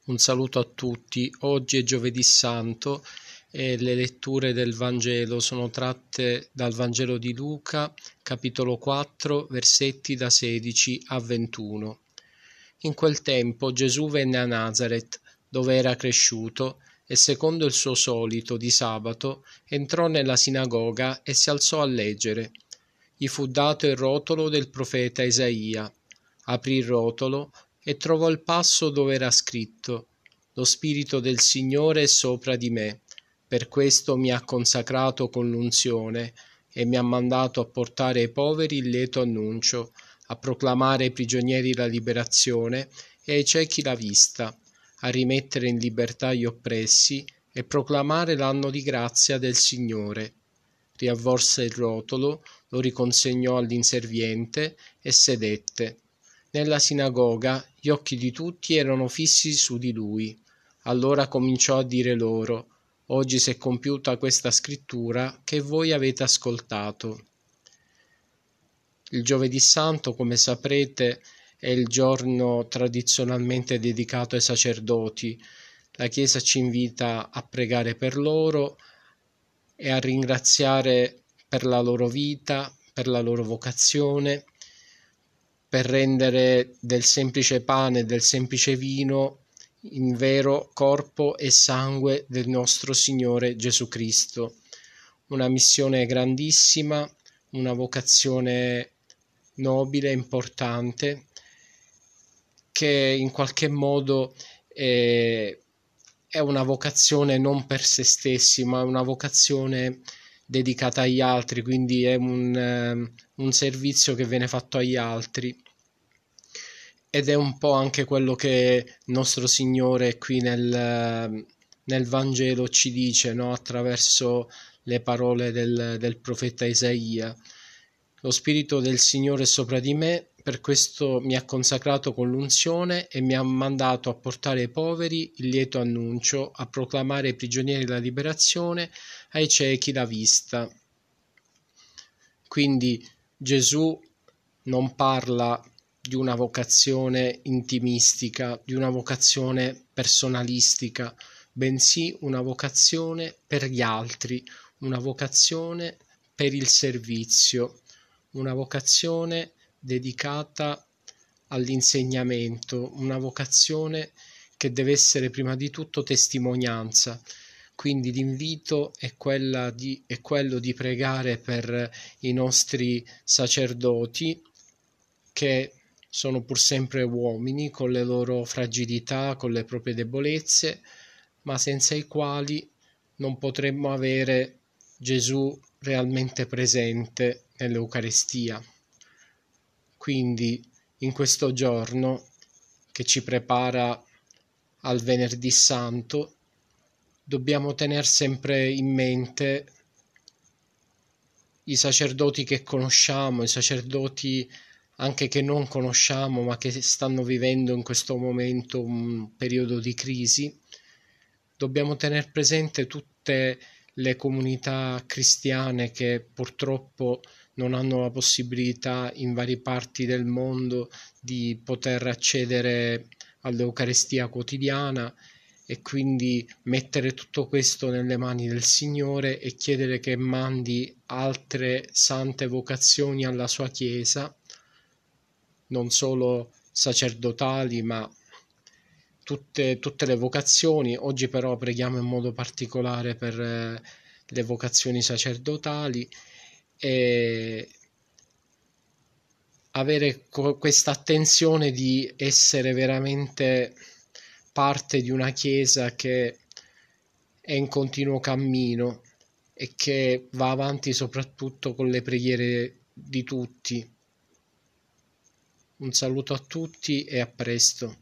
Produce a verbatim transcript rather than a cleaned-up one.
Un saluto a tutti. Oggi è giovedì santo e le letture del Vangelo sono tratte dal Vangelo di Luca, capitolo quattro, versetti da sedici a ventuno. In quel tempo Gesù venne a Nazaret, dove era cresciuto, e secondo il suo solito di sabato entrò nella sinagoga e si alzò a leggere. Gli fu dato il rotolo del profeta Isaia. Aprì il rotolo e trovò il passo dove era scritto: Lo Spirito del Signore è sopra di me, per questo mi ha consacrato con l'unzione e mi ha mandato a portare ai poveri il lieto annuncio, a proclamare ai prigionieri la liberazione e ai ciechi la vista, a rimettere in libertà gli oppressi e proclamare l'anno di grazia del Signore. Riavvolse il rotolo, lo riconsegnò all'inserviente e sedette. Nella sinagoga gli occhi di tutti erano fissi su di lui. Allora cominciò a dire loro: Oggi si è compiuta questa scrittura che voi avete ascoltato. Il giovedì santo, come saprete, è il giorno tradizionalmente dedicato ai sacerdoti. La Chiesa ci invita a pregare per loro e a ringraziare per la loro vita, per la loro vocazione, per rendere del semplice pane e del semplice vino in vero corpo e sangue del nostro Signore Gesù Cristo. Una missione grandissima, una vocazione nobile, importante, che in qualche modo è, è una vocazione non per se stessi, ma è una vocazione dedicata agli altri, quindi è un, un servizio che viene fatto agli altri. Ed è un po' anche quello che nostro Signore qui nel, nel Vangelo ci dice, no? Attraverso le parole del, del profeta Isaia. Lo Spirito del Signore è sopra di me, per questo mi ha consacrato con l'unzione e mi ha mandato a portare ai poveri il lieto annuncio, a proclamare ai prigionieri la liberazione, ai ciechi la vista. Quindi Gesù non parla di una vocazione intimistica, di una vocazione personalistica, bensì una vocazione per gli altri, una vocazione per il servizio, una vocazione dedicata all'insegnamento, una vocazione che deve essere prima di tutto testimonianza. Quindi l'invito è, quella di, è quello di pregare per i nostri sacerdoti, che sono pur sempre uomini con le loro fragilità, con le proprie debolezze, ma senza i quali non potremmo avere Gesù realmente presente nell'Eucaristia. Quindi in questo giorno che ci prepara al Venerdì Santo dobbiamo tenere sempre in mente i sacerdoti che conosciamo, i sacerdoti anche che non conosciamo ma che stanno vivendo in questo momento un periodo di crisi. Dobbiamo tenere presente tutte le comunità cristiane che purtroppo non hanno la possibilità in varie parti del mondo di poter accedere all'Eucaristia quotidiana, e quindi mettere tutto questo nelle mani del Signore e chiedere che mandi altre sante vocazioni alla sua Chiesa, non solo sacerdotali ma tutte, tutte le vocazioni. Oggi però preghiamo in modo particolare per eh, le vocazioni sacerdotali, e avere co- questa attenzione di essere veramente parte di una Chiesa che è in continuo cammino e che va avanti soprattutto con le preghiere di tutti. Un saluto a tutti e a presto.